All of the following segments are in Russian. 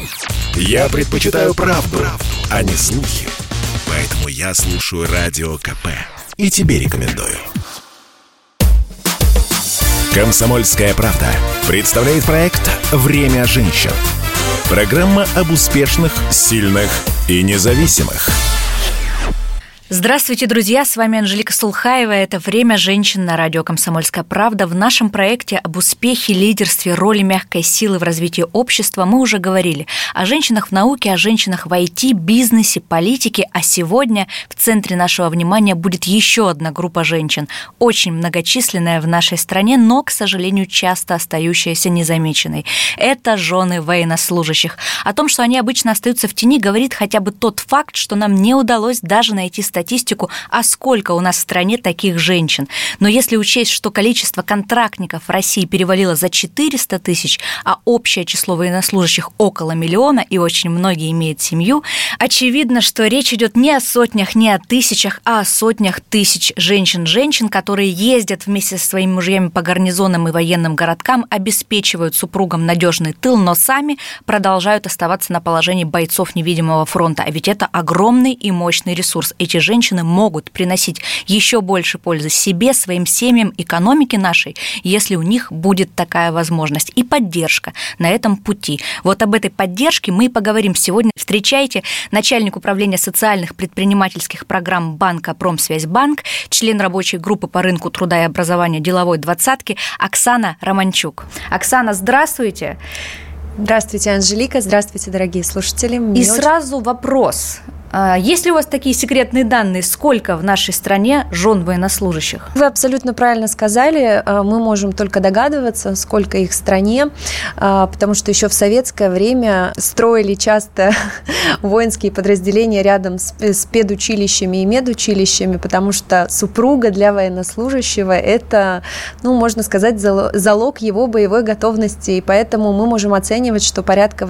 Я предпочитаю правду, а не слухи. Поэтому я слушаю Радио КП. И тебе рекомендую. «Комсомольская правда» представляет проект «Время женщин». Программа об успешных, сильных и независимых. Здравствуйте, друзья! С вами Анжелика Сулхаева. Это «Время женщин» на радио «Комсомольская правда». В нашем проекте об успехе, лидерстве, роли мягкой силы в развитии общества мы уже говорили о женщинах в науке, о женщинах в IT, бизнесе, политике. А сегодня в центре нашего внимания будет еще одна группа женщин, очень многочисленная в нашей стране, но, к сожалению, часто остающаяся незамеченной. Это жены военнослужащих. О том, что они обычно остаются в тени, говорит хотя бы тот факт, что нам не удалось даже найти статистику, а сколько у нас в стране таких женщин. Но если учесть, что количество контрактников в России перевалило за 400 тысяч, а общее число военнослужащих около 1 миллиона, и очень многие имеют семью, очевидно, что речь идет не о сотнях, не о тысячах, а о сотнях тысяч женщин, которые ездят вместе со своими мужьями по гарнизонам и военным городкам, обеспечивают супругам надежный тыл, но сами продолжают оставаться на положении бойцов невидимого фронта. А ведь это огромный и мощный ресурс. Эти женщины могут приносить еще больше пользы себе, своим семьям, экономике нашей, если у них будет такая возможность и поддержка на этом пути. Вот об этой поддержке мы и поговорим сегодня. Встречайте начальник управления социальных предпринимательских программ банка «Промсвязьбанк», член рабочей группы по рынку труда и образования деловой двадцатки Оксана Романчук. Оксана, здравствуйте. Здравствуйте, Анжелика. Здравствуйте, дорогие слушатели. Сразу вопрос. Есть ли у вас такие секретные данные, сколько в нашей стране жен военнослужащих? Вы абсолютно правильно сказали. Мы можем только догадываться, сколько их в стране, потому что еще в советское время строили часто воинские подразделения рядом с педучилищами и медучилищами, потому что супруга для военнослужащего – это, можно сказать, залог его боевой готовности. И поэтому мы можем оценивать, что порядка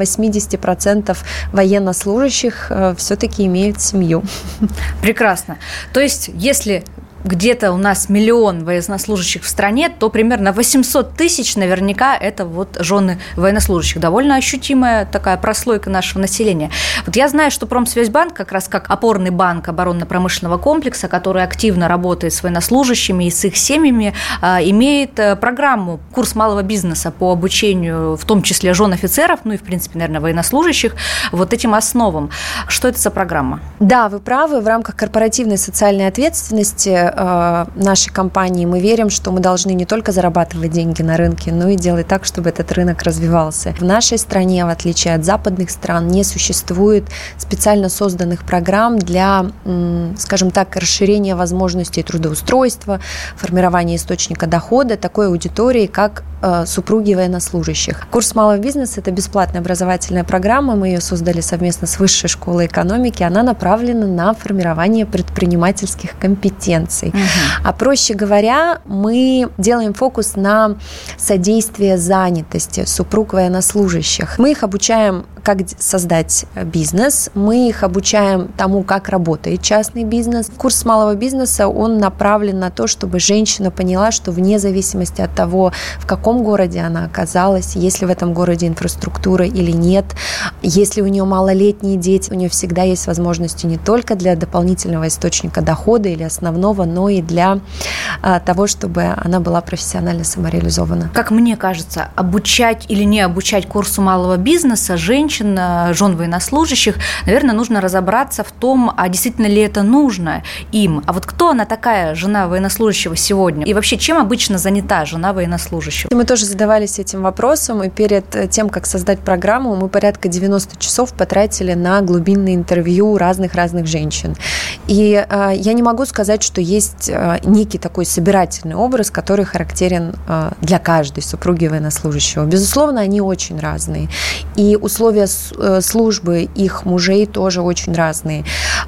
80% военнослужащих все-таки имеют семью. Прекрасно. То есть, если где-то у нас 1 миллион военнослужащих в стране, то примерно 800 тысяч наверняка это вот жены военнослужащих. Довольно ощутимая такая прослойка нашего населения. Вот я знаю, что Промсвязьбанк, как раз как опорный банк оборонно-промышленного комплекса, который активно работает с военнослужащими и с их семьями, имеет программу «Курс малого бизнеса» по обучению, в том числе жен офицеров, и, в принципе, наверное, военнослужащих, вот этим основам. Что это за программа? Да, вы правы. В рамках корпоративной социальной ответственности нашей компании мы верим, что мы должны не только зарабатывать деньги на рынке, но и делать так, чтобы этот рынок развивался. В нашей стране, в отличие от западных стран, не существует специально созданных программ для, скажем так, расширения возможностей трудоустройства, формирования источника дохода такой аудитории, как супруги военнослужащих. Курс малого бизнеса – это бесплатная образовательная программа, мы ее создали совместно с Высшей школой экономики, она направлена на формирование предпринимательских компетенций. А проще говоря, мы делаем фокус на содействие занятости супруг военнослужащих. Мы их обучаем, как создать бизнес, мы их обучаем тому, как работает частный бизнес. Курс малого бизнеса, он направлен на то, чтобы женщина поняла, что вне зависимости от того, в каком городе она оказалась, есть ли в этом городе инфраструктура или нет, если у нее малолетние дети, у нее всегда есть возможности не только для дополнительного источника дохода или основного, но и для того, чтобы она была профессионально самореализована. Как мне кажется, обучать или не обучать курсу малого бизнеса женщин, жен военнослужащих, наверное, нужно разобраться в том, а действительно ли это нужно им. А вот кто она такая, жена военнослужащего сегодня? И вообще, чем обычно занята жена военнослужащего? Мы тоже задавались этим вопросом, и перед тем, как создать программу, мы порядка 90 часов потратили на глубинные интервью разных женщин. И я не могу сказать, что есть некий такой собирательный образ, который характерен для каждой супруги военнослужащего. Безусловно, они очень разные. И условия службы их мужей тоже очень разные.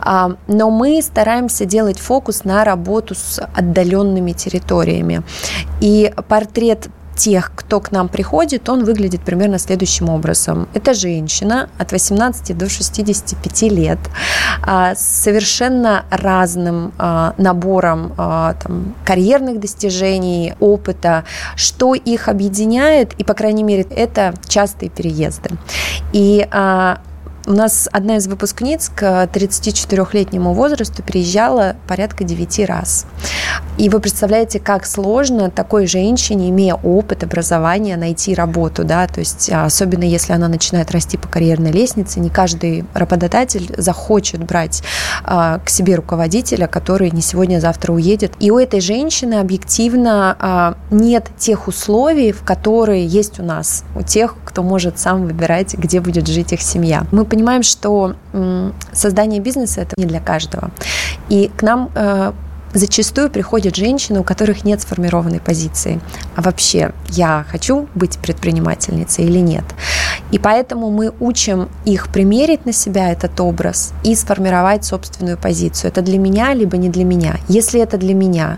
Но мы стараемся делать фокус на работу с отдаленными территориями. И портрет тех, кто к нам приходит, он выглядит примерно следующим образом. Это женщина от 18 до 65 лет с совершенно разным набором карьерных достижений, опыта. Что их объединяет, и, по крайней мере, это частые переезды. И у нас одна из выпускниц к 34-летнему возрасту переезжала порядка 9 раз. И вы представляете, как сложно такой женщине, имея опыт, образование, найти работу, да, то есть особенно если она начинает расти по карьерной лестнице, не каждый работодатель захочет брать к себе руководителя, который не сегодня, а завтра уедет. И у этой женщины объективно нет тех условий, в которые есть у нас, у тех, кто может сам выбирать, где будет жить их семья. Мы понимаем, что создание бизнеса – это не для каждого. И к нам зачастую приходят женщины, у которых нет сформированной позиции. А вообще, я хочу быть предпринимательницей или нет? И поэтому мы учим их примерить на себя этот образ и сформировать собственную позицию. Это для меня, либо не для меня. Если это для меня,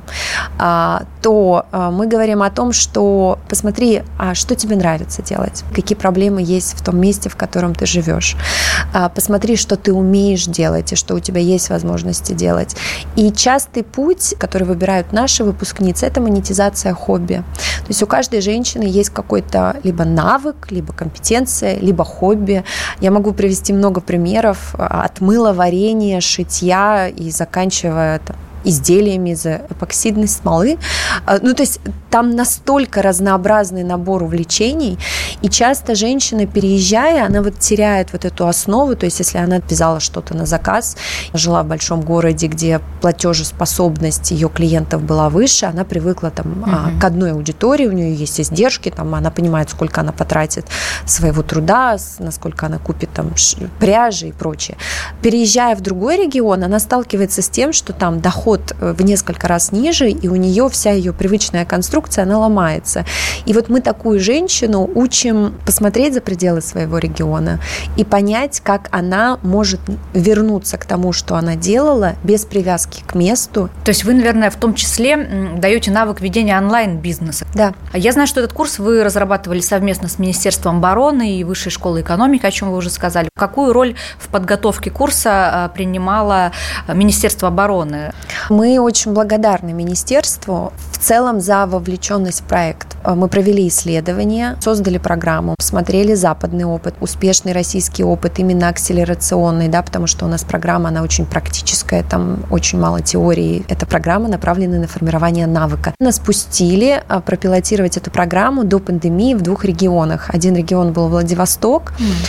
то мы говорим о том, что посмотри, что тебе нравится делать, какие проблемы есть в том месте, в котором ты живешь. Посмотри, что ты умеешь делать и что у тебя есть возможности делать. И частый путь, который выбирают наши выпускницы, это монетизация хобби. То есть у каждой женщины есть какой-то либо навык, либо компетенция, либо хобби. Я могу привести много примеров от мыла, варенья, шитья и заканчивая изделиями из эпоксидной смолы. Ну, то есть там настолько разнообразный набор увлечений, и часто женщина, переезжая, она вот теряет вот эту основу, то есть если она вязала что-то на заказ, жила в большом городе, где платежеспособность ее клиентов была выше, она привыкла к одной аудитории, у нее есть издержки, она понимает, сколько она потратит своего труда, насколько она купит пряжи и прочее. Переезжая в другой регион, она сталкивается с тем, что там доход в несколько раз ниже, и у нее вся ее привычная конструкция, она ломается. И вот мы такую женщину учим посмотреть за пределы своего региона и понять, как она может вернуться к тому, что она делала, без привязки к месту. То есть вы, наверное, в том числе даете навык ведения онлайн-бизнеса. Да. Я знаю, что этот курс вы разрабатывали совместно с Министерством обороны и Высшей школой экономики, о чем вы уже сказали. Какую роль в подготовке курса принимало Министерство обороны? Мы очень благодарны министерству в целом за вовлеченность в проект. Мы провели исследования, создали программу, смотрели западный опыт, успешный российский опыт, именно акселерационный, да, потому что у нас программа, она очень практическая, там очень мало теории. Эта программа направлена на формирование навыка. Нас пустили пропилотировать эту программу до пандемии в 2 регионах. Один регион был Владивосток,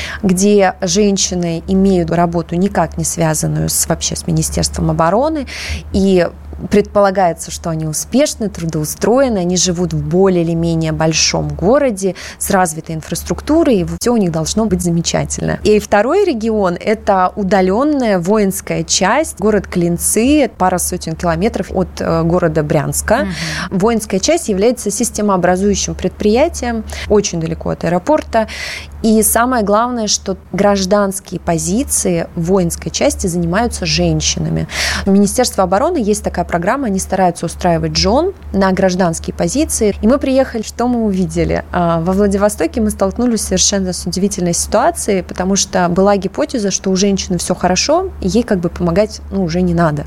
где женщины имеют работу никак не связанную вообще с Министерством обороны, и предполагается, что они успешны, трудоустроены, они живут в более или менее большом городе с развитой инфраструктурой, и все у них должно быть замечательно. И второй регион – это удаленная воинская часть, город Клинцы, пара сотен километров от города Брянска. Воинская часть является системообразующим предприятием, очень далеко от аэропорта. И самое главное, что гражданские позиции в воинской части занимаются женщинами. У Министерства обороны есть такая программа, они стараются устраивать жен на гражданские позиции. И мы приехали, что мы увидели? Во Владивостоке мы столкнулись совершенно с удивительной ситуацией, потому что была гипотеза, что у женщины все хорошо, и ей помогать уже не надо.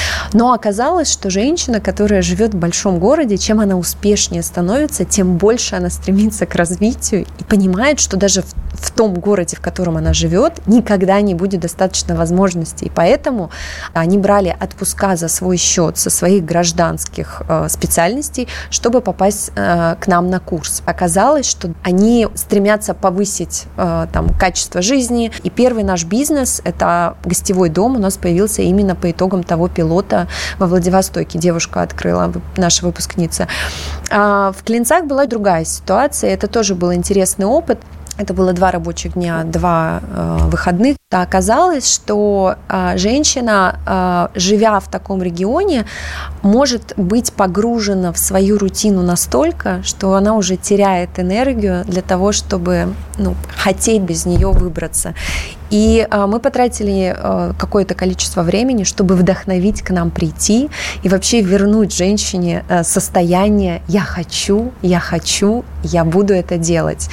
Но оказалось, что женщина, которая живет в большом городе, чем она успешнее становится, тем больше она стремится к развитию и понимает, что даже в том городе, в котором она живет, никогда не будет достаточно возможностей. И поэтому они брали отпуска за свой счет со своих гражданских специальностей, чтобы попасть к нам на курс. Оказалось, что они стремятся повысить качество жизни. И первый наш бизнес – это гостевой дом. У нас появился именно по итогам того пилота во Владивостоке. Девушка открыла, наша выпускница. В Клинцах была другая ситуация. Это тоже был интересный опыт. Это было 2 рабочих дня, 2 выходных. Оказалось, что женщина, живя в таком регионе, может быть погружена в свою рутину настолько, что она уже теряет энергию для того, чтобы хотеть без нее выбраться. И мы потратили какое-то количество времени, чтобы вдохновить к нам прийти и вообще вернуть женщине состояние «я хочу, я буду это делать».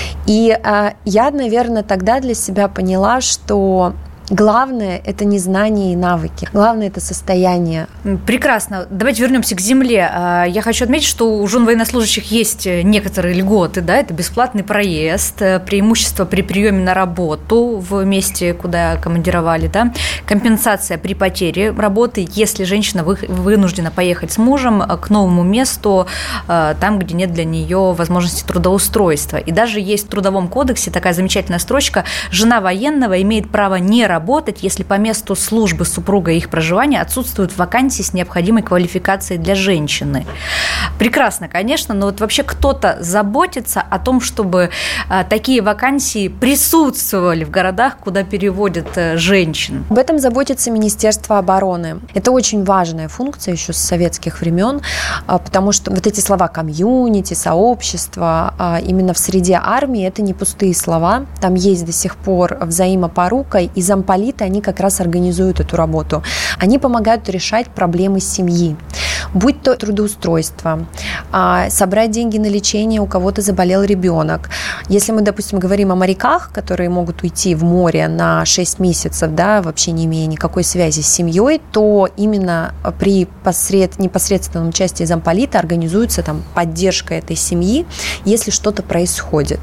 И я, наверное, тогда для себя поняла, что главное – это не знания и навыки. Главное – это состояние. Прекрасно. Давайте вернемся к земле. Я хочу отметить, что у жен военнослужащих есть некоторые льготы. Да? Это бесплатный проезд, преимущество при приеме на работу в месте, куда командировали, да? Компенсация при потере работы, если женщина вынуждена поехать с мужем к новому месту, там, где нет для нее возможности трудоустройства. И даже есть в Трудовом кодексе такая замечательная строчка: жена военного имеет право не работать, если по месту службы супруга и их проживания отсутствуют вакансии с необходимой квалификацией для женщины. Прекрасно, конечно, но вот вообще кто-то заботится о том, чтобы такие вакансии присутствовали в городах, куда переводят женщин? Об этом заботится Министерство обороны. Это очень важная функция еще с советских времен, потому что вот эти слова комьюнити, сообщество, именно в среде армии это не пустые слова. Там есть до сих пор взаимопорука, и замполиты, они как раз организуют эту работу. Они помогают решать проблемы семьи, будь то трудоустройство, собрать деньги на лечение, у кого-то заболел ребенок. Если мы, допустим, говорим о моряках, которые могут уйти в море на 6 месяцев, да, вообще не имея никакой связи с семьей, то именно при непосредственном участии замполита организуется там поддержка этой семьи, если что-то происходит.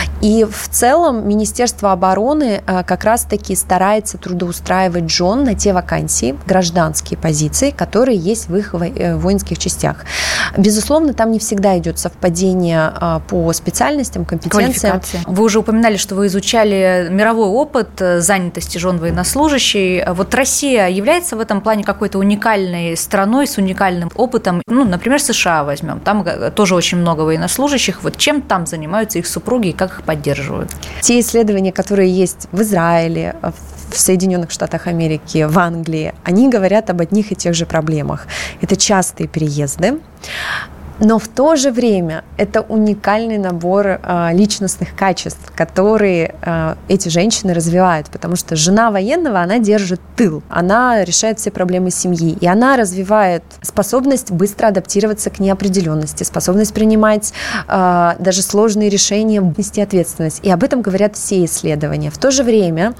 И в целом Министерство обороны как раз-таки старается трудоустраивать жен на те вакансии, гражданские позиции, которые есть в их воинских частях. Безусловно, там не всегда идет совпадение по специальностям, компетенциям. Вы уже упоминали, что вы изучали мировой опыт занятости жен военнослужащей. Вот Россия является в этом плане какой-то уникальной страной с уникальным опытом. Ну, например, США возьмем. Там тоже очень много военнослужащих. Вот чем там занимаются их супруги и как их поддерживают? Те исследования, которые есть в Израиле, в Соединенных Штатах Америки, в Англии, они говорят об одних и тех же проблемах. Это частые переезды, но в то же время это уникальный набор личностных качеств, которые эти женщины развивают, потому что жена военного, она держит тыл, она решает все проблемы семьи, и она развивает способность быстро адаптироваться к неопределенности, способность принимать даже сложные решения, нести ответственность. И об этом говорят все исследования. В то же время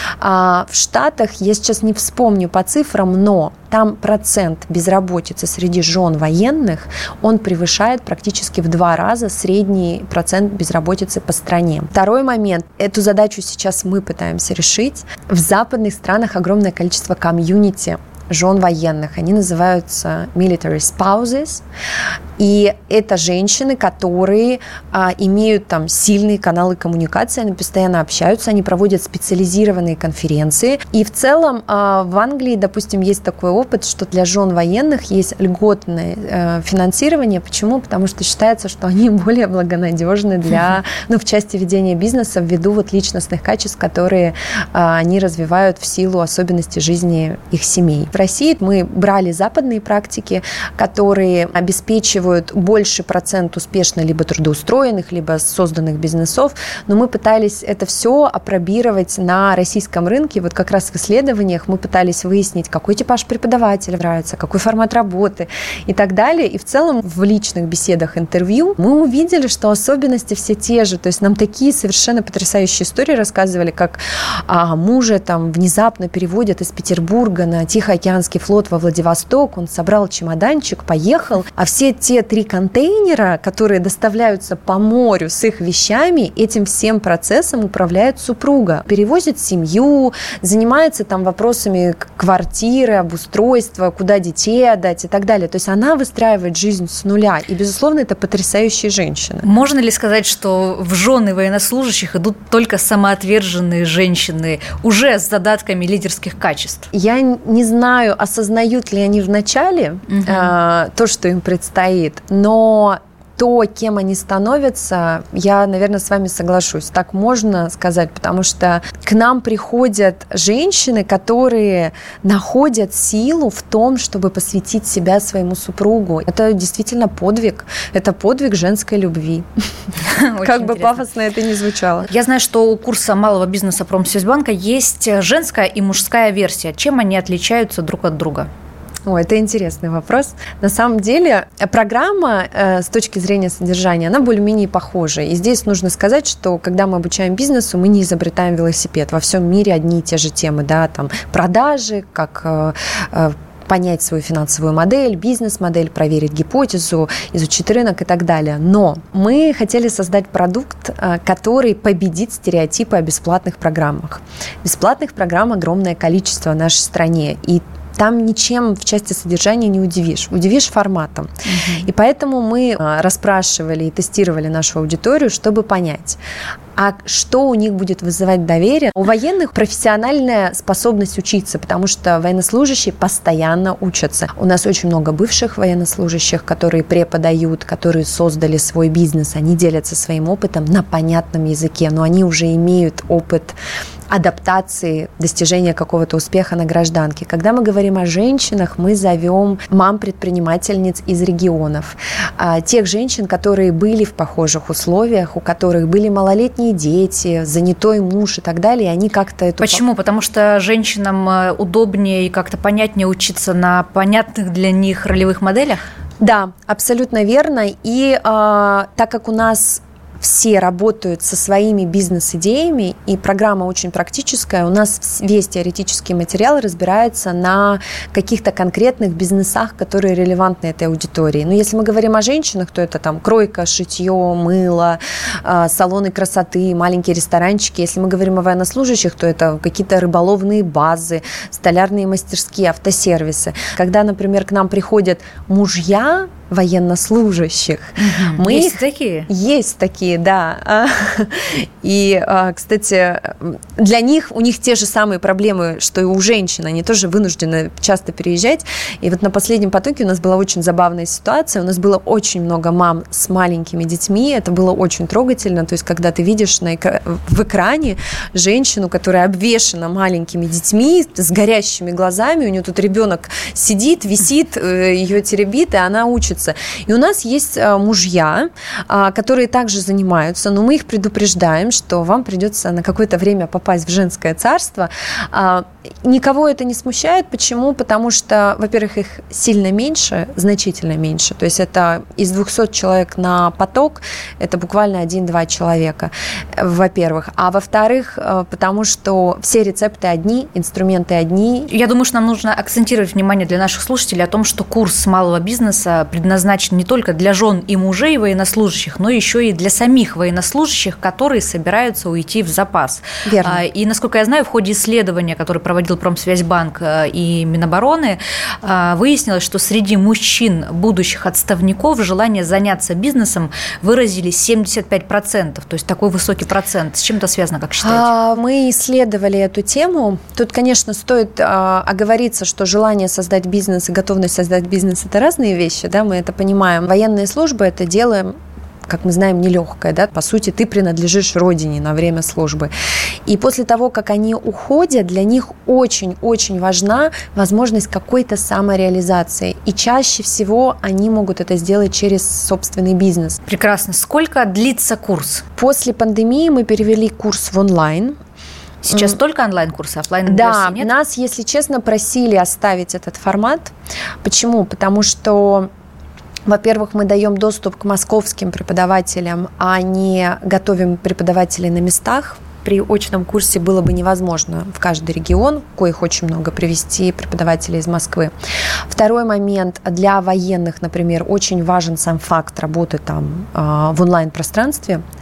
в Штатах, я сейчас не вспомню по цифрам, но там процент безработицы среди жен военных, он превышает практически в 2 раза средний процент безработицы по стране. Второй момент. Эту задачу сейчас мы пытаемся решить. В западных странах огромное количество комьюнити жен военных. Они называются military spouses. И это женщины, которые имеют там сильные каналы коммуникации, они постоянно общаются, они проводят специализированные конференции. И в целом в Англии, допустим, есть такой опыт, что для жен военных есть льготное финансирование. Почему? Потому что считается, что они более благонадежны в части ведения бизнеса ввиду вот личностных качеств, которые они развивают в силу особенностей жизни их семей. В России мы брали западные практики, которые обеспечивают больше процент успешно либо трудоустроенных, либо созданных бизнесов, но мы пытались это все опробировать на российском рынке. Вот как раз в исследованиях мы пытались выяснить, какой типаж преподавателя нравится, какой формат работы и так далее. И в целом в личных беседах, интервью мы увидели, что особенности все те же. То есть нам такие совершенно потрясающие истории рассказывали, как мужа там внезапно переводят из Петербурга на Тихоокеанский флот во Владивосток, он собрал чемоданчик, поехал, а все те 3 контейнера, которые доставляются по морю с их вещами, этим всем процессом управляет супруга. Перевозит семью, занимается там вопросами квартиры, обустройства, куда детей отдать и так далее. То есть она выстраивает жизнь с нуля. И, безусловно, это потрясающие женщины. Можно ли сказать, что в жены военнослужащих идут только самоотверженные женщины, уже с задатками лидерских качеств? Я не знаю, осознают ли они вначале то, что им предстоит, но то, кем они становятся, я, наверное, с вами соглашусь. Так можно сказать, потому что к нам приходят женщины, которые находят силу в том, чтобы посвятить себя своему супругу. Это действительно подвиг. Это подвиг женской любви. Как бы пафосно это ни звучало. Я знаю, что у курса малого бизнеса Промсвязьбанка есть женская и мужская версия. Чем они отличаются друг от друга? Это интересный вопрос. На самом деле программа с точки зрения содержания, она более-менее похожа. И здесь нужно сказать, что когда мы обучаем бизнесу, мы не изобретаем велосипед. Во всем мире одни и те же темы, да, там продажи, как понять свою финансовую модель, бизнес-модель, проверить гипотезу, изучить рынок и так далее. Но мы хотели создать продукт, который победит стереотипы о бесплатных программах. Бесплатных программ огромное количество в нашей стране. И там ничем в части содержания не удивишь. Удивишь форматом. И поэтому мы расспрашивали и тестировали нашу аудиторию, чтобы понять, а что у них будет вызывать доверие. У военных профессиональная способность учиться, потому что военнослужащие постоянно учатся. У нас очень много бывших военнослужащих, которые преподают, которые создали свой бизнес. Они делятся своим опытом на понятном языке, но они уже имеют опыт адаптации, достижения какого-то успеха на гражданке. Когда мы говорим о женщинах, мы зовем мам-предпринимательниц из регионов. Тех женщин, которые были в похожих условиях, у которых были малолетние дети, занятой муж и так далее, и они как-то это... Почему? Потому что женщинам удобнее и как-то понятнее учиться на понятных для них ролевых моделях? Да, абсолютно верно. И так как у нас все работают со своими бизнес-идеями, и программа очень практическая. У нас весь теоретический материал разбирается на каких-то конкретных бизнесах, которые релевантны этой аудитории. Но если мы говорим о женщинах, то это там кройка, шитье, мыло, салоны красоты, маленькие ресторанчики. Если мы говорим о военнослужащих, то это какие-то рыболовные базы, столярные мастерские, автосервисы. Когда, например, к нам приходят мужья военнослужащих. Есть такие? Есть такие, да. И, кстати, для них, у них те же самые проблемы, что и у женщин. Они тоже вынуждены часто переезжать. И вот на последнем потоке у нас была очень забавная ситуация. У нас было очень много мам с маленькими детьми. Это было очень трогательно. То есть, когда ты видишь в экране женщину, которая обвешана маленькими детьми, с горящими глазами, у нее тут ребенок сидит, висит, ее теребит, и она учится. И у нас есть мужья, которые также занимаются, но мы их предупреждаем, что вам придется на какое-то время попасть в женское царство. Никого это не смущает. Почему? Потому что, во-первых, их сильно меньше, значительно меньше. То есть это из 200 человек на поток, это буквально 1-2 человека, во-первых. А во-вторых, потому что все рецепты одни, инструменты одни. Я думаю, что нам нужно акцентировать внимание для наших слушателей о том, что курс малого бизнеса предназначен не только для жен и мужей военнослужащих, но еще и для самих военнослужащих, которые собираются уйти в запас. Верно. И, насколько я знаю, в ходе исследования, которое проводил Промсвязьбанк и Минобороны, выяснилось, что среди мужчин, будущих отставников, желание заняться бизнесом выразили 75%, то есть такой высокий процент. С чем это связано, как считаете? Мы исследовали эту тему. Тут, конечно, стоит оговориться, что желание создать бизнес и готовность создать бизнес – это разные вещи, да, мы это понимаем. Военная служба – это дело, как мы знаем, нелегкое, да, по сути, ты принадлежишь родине на время службы. И после того, как они уходят, для них очень-очень важна возможность какой-то самореализации. И чаще всего они могут это сделать через собственный бизнес. Прекрасно. Сколько длится курс? После пандемии мы перевели курс в онлайн. Сейчас только онлайн-курсы, офлайн-версии да, нет? Нас, если честно, просили оставить этот формат. Почему? Потому что, во-первых, мы даем доступ к московским преподавателям, а не готовим преподавателей на местах. При очном курсе было бы невозможно в каждый регион, коих очень много, привести преподавателей из Москвы. Второй момент. Для военных, например, очень важен сам факт работы там в онлайн-пространстве.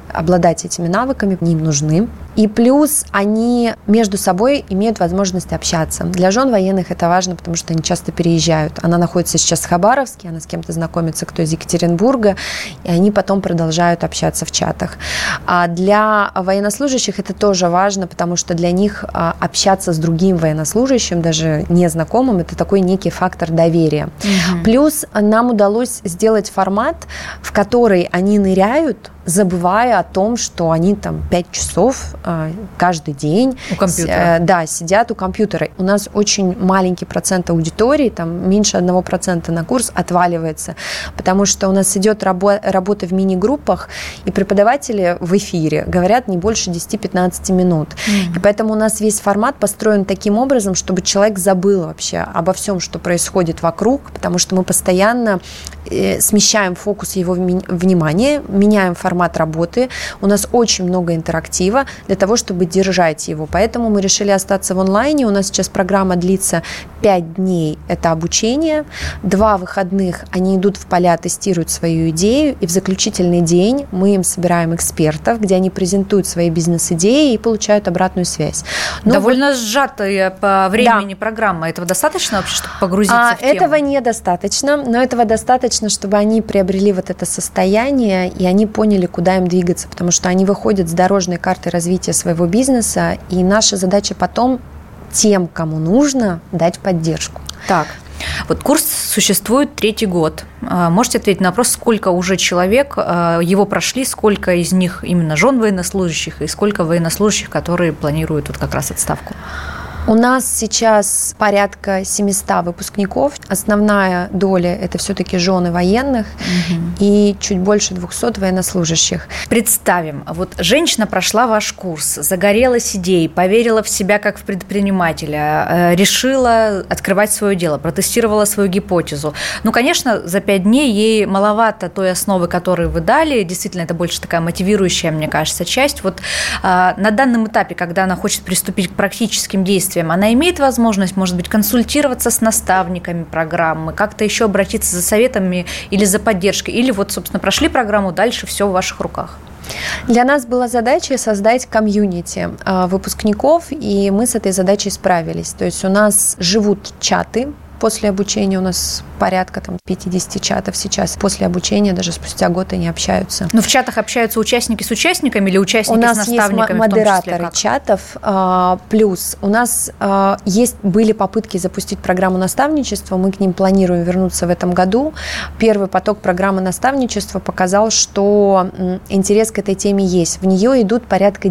обладать этими навыками, им нужны. И плюс они между собой имеют возможность общаться. Для жен военных это важно, потому что они часто переезжают. Она находится сейчас в Хабаровске, она с кем-то знакомится, кто из Екатеринбурга, и они потом продолжают общаться в чатах. А для военнослужащих это тоже важно, потому что для них общаться с другим военнослужащим, даже незнакомым, это такой некий фактор доверия. Плюс нам удалось сделать формат, в который они ныряют, забывая о том, что они там 5 часов каждый день у компьютера. Сидят у компьютера. У нас очень маленький процент аудитории, там меньше 1% на курс отваливается, потому что у нас идет работа в мини-группах, и преподаватели в эфире говорят не больше 10-15 минут. И поэтому у нас весь формат построен таким образом, чтобы человек забыл вообще обо всем, что происходит вокруг, потому что мы постоянно смещаем фокус его внимания, меняем формат работы. У нас очень много интерактива для того, чтобы держать его. Поэтому мы решили остаться в онлайне. У нас сейчас программа длится 5 дней. Это обучение. 2 выходных они идут в поля, тестируют свою идею. И в заключительный день мы им собираем экспертов, где они презентуют свои бизнес-идеи и получают обратную связь. Довольно сжатая по времени программа. Этого достаточно вообще, чтобы погрузиться в тему? Этого недостаточно, но этого достаточно, чтобы они приобрели вот это состояние, и они поняли, куда им двигаться, потому что они выходят с дорожной карты развития своего бизнеса, и наша задача потом тем, кому нужно, дать поддержку. Так, вот курс существует 3-й год. Можете ответить на вопрос, сколько уже человек его прошли, сколько из них именно жен военнослужащих, и сколько военнослужащих, которые планируют вот как раз отставку? У нас сейчас порядка 700 выпускников. Основная доля – это все-таки жены военных и чуть больше 200 военнослужащих. Представим, вот женщина прошла ваш курс, загорелась идеей, поверила в себя как в предпринимателя, решила открывать свое дело, протестировала свою гипотезу. Ну, конечно, за 5 дней ей маловато той основы, которую вы дали. Действительно, это больше такая мотивирующая, мне кажется, часть. Вот на данном этапе, когда она хочет приступить к практическим действиям, она имеет возможность, может быть, консультироваться с наставниками программы, как-то еще обратиться за советами или за поддержкой, или вот, собственно, прошли программу, дальше все в ваших руках? Для нас была задача создать комьюнити выпускников, и мы с этой задачей справились. То есть у нас живут чаты. После обучения у нас порядка 50 чатов сейчас. После обучения, даже спустя год, они общаются. Но в чатах общаются участники с участниками или участники с наставниками? У нас есть модераторы чатов. Плюс у нас были попытки запустить программу наставничества. Мы к ним планируем вернуться в этом году. Первый поток программы наставничества показал, что интерес к этой теме есть. В нее идут порядка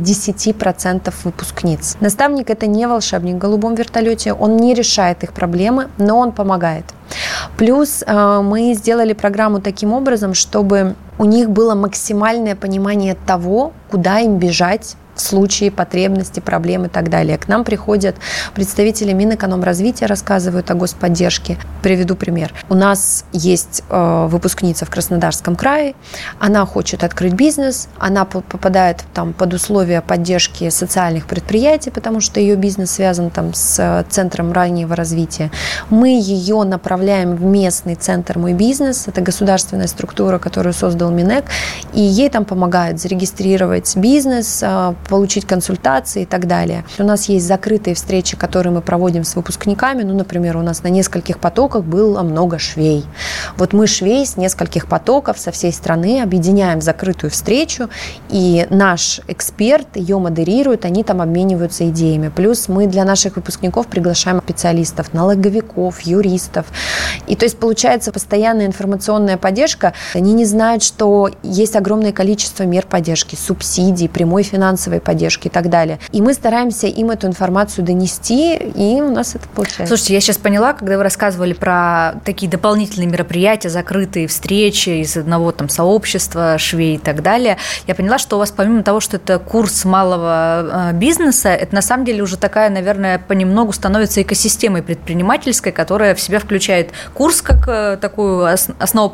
10% выпускниц. Наставник – это не волшебник в голубом вертолете. Он не решает их проблемы, но он помогает. Плюс мы сделали программу таким образом, чтобы у них было максимальное понимание того, куда им бежать в случае потребности, проблем и так далее. К нам приходят представители Минэкономразвития, рассказывают о господдержке. Приведу пример. У нас есть выпускница в Краснодарском крае, она хочет открыть бизнес, она попадает под условия поддержки социальных предприятий, потому что ее бизнес связан с Центром раннего развития. Мы ее направляем в местный центр «Мой бизнес», это государственная структура, которую создал Минэк, и ей там помогают зарегистрировать бизнес, получить консультации и так далее. У нас есть закрытые встречи, которые мы проводим с выпускниками. Например, у нас на нескольких потоках было много швей. Вот мы швей с нескольких потоков со всей страны объединяем в закрытую встречу, и наш эксперт ее модерирует, они там обмениваются идеями. Плюс мы для наших выпускников приглашаем специалистов, налоговиков, юристов. И то есть получается постоянная информационная поддержка. Они не знают, что есть огромное количество мер поддержки, субсидий, прямой финансовой поддержки и так далее. И мы стараемся им эту информацию донести, и у нас это получается. Слушайте, я сейчас поняла, когда вы рассказывали про такие дополнительные мероприятия, закрытые встречи из одного сообщества, швей и так далее, я поняла, что у вас помимо того, что это курс малого бизнеса, это на самом деле уже такая, наверное, понемногу становится экосистемой предпринимательской, которая в себя включает курс как такую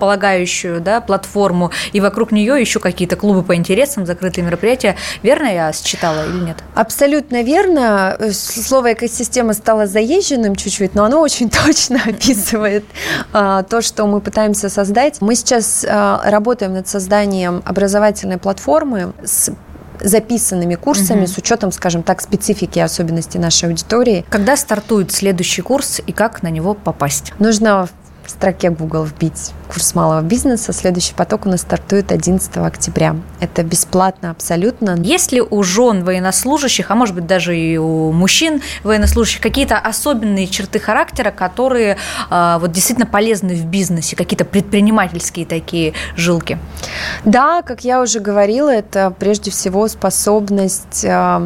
основополагающую платформу, и вокруг нее еще какие-то клубы по интересам, закрытые мероприятия. Верно я я считала или нет? Абсолютно верно. Слово «экосистема» стало заезженным чуть-чуть, но оно очень точно описывает то, что мы пытаемся создать. Мы сейчас работаем над созданием образовательной платформы с записанными курсами, с учетом, скажем так, специфики и особенностей нашей аудитории. Когда стартует следующий курс и как на него попасть? Нужно в строке Google вбить курс малого бизнеса. Следующий поток у нас стартует 11 октября. Это бесплатно абсолютно. Есть ли у жен военнослужащих, а может быть даже и у мужчин военнослужащих, какие-то особенные черты характера, которые вот действительно полезны в бизнесе, какие-то предпринимательские такие жилки? Да, как я уже говорила, это прежде всего способность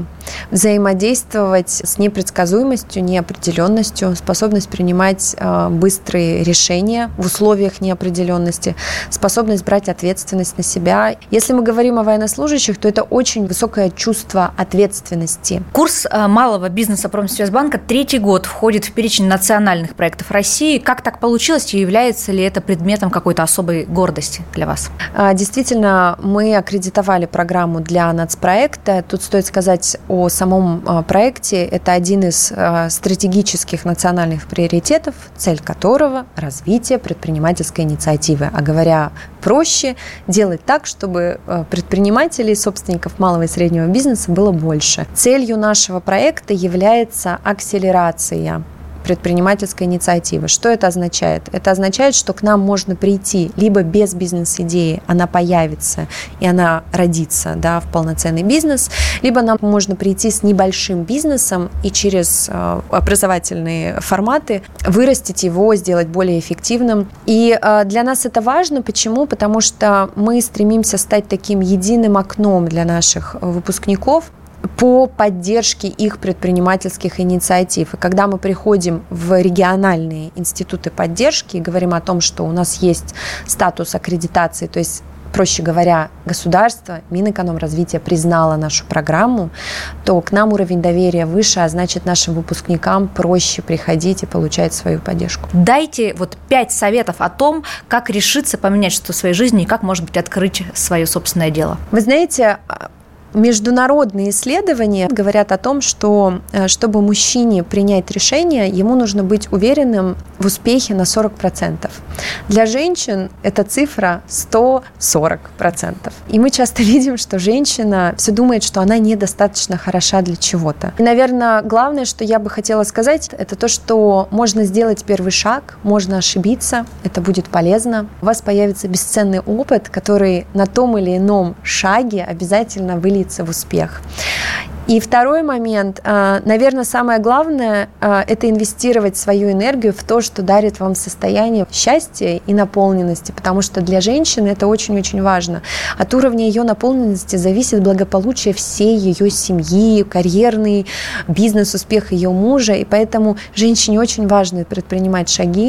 взаимодействовать с непредсказуемостью, неопределенностью, способность принимать быстрые решения в условиях неопределенности, способность брать ответственность на себя. Если мы говорим о военнослужащих, то это очень высокое чувство ответственности. Курс малого бизнеса Промсвязьбанка 3-й год входит в перечень национальных проектов России. Как так получилось и является ли это предметом какой-то особой гордости для вас? Действительно, мы аккредитовали программу для нацпроекта. Тут стоит сказать о самом проекте. Это один из стратегических национальных приоритетов, цель которого – развитие предпринимательской инициативы. А говоря проще, делать так, чтобы предпринимателей, собственников малого и среднего бизнеса было больше. Целью нашего проекта является акселерация предпринимательской инициативы. Что это означает? Это означает, что к нам можно прийти либо без бизнес-идеи, она появится и она родится, да, в полноценный бизнес, либо нам можно прийти с небольшим бизнесом и через образовательные форматы вырастить его, сделать более эффективным. И для нас это важно. Почему? Потому что мы стремимся стать таким единым окном для наших выпускников по поддержке их предпринимательских инициатив. И когда мы приходим в региональные институты поддержки и говорим о том, что у нас есть статус аккредитации, то есть, проще говоря, государство, Минэкономразвития признало нашу программу, то к нам уровень доверия выше, а значит, нашим выпускникам проще приходить и получать свою поддержку. Дайте вот 5 советов о том, как решиться поменять что-то в своей жизни и как, может быть, открыть свое собственное дело. Вы знаете, международные исследования говорят о том, что чтобы мужчине принять решение, ему нужно быть уверенным в успехе на 40%. Для женщин эта цифра 140%. И мы часто видим, что женщина все думает, что она недостаточно хороша для чего-то. И, наверное, главное, что я бы хотела сказать, это то, что можно сделать первый шаг, можно ошибиться, это будет полезно. У вас появится бесценный опыт, который на том или ином шаге обязательно выльется в успех. И второй момент, наверное, самое главное, это инвестировать свою энергию в то, что дарит вам состояние счастья и наполненности, потому что для женщины это очень-очень важно. От уровня ее наполненности зависит благополучие всей ее семьи, карьерный бизнес, успех ее мужа, и поэтому женщине очень важно предпринимать шаги.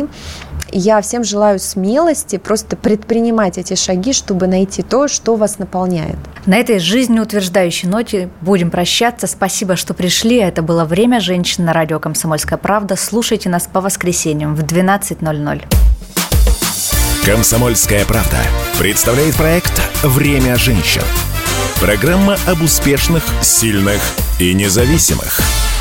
Я всем желаю смелости просто предпринимать эти шаги, чтобы найти то, что вас наполняет. На этой жизнеутверждающей ноте будем прощаться. Спасибо, что пришли. Это было «Время женщин» на радио «Комсомольская правда». Слушайте нас по воскресеньям в 12:00. «Комсомольская правда» представляет проект «Время женщин». Программа об успешных, сильных и независимых.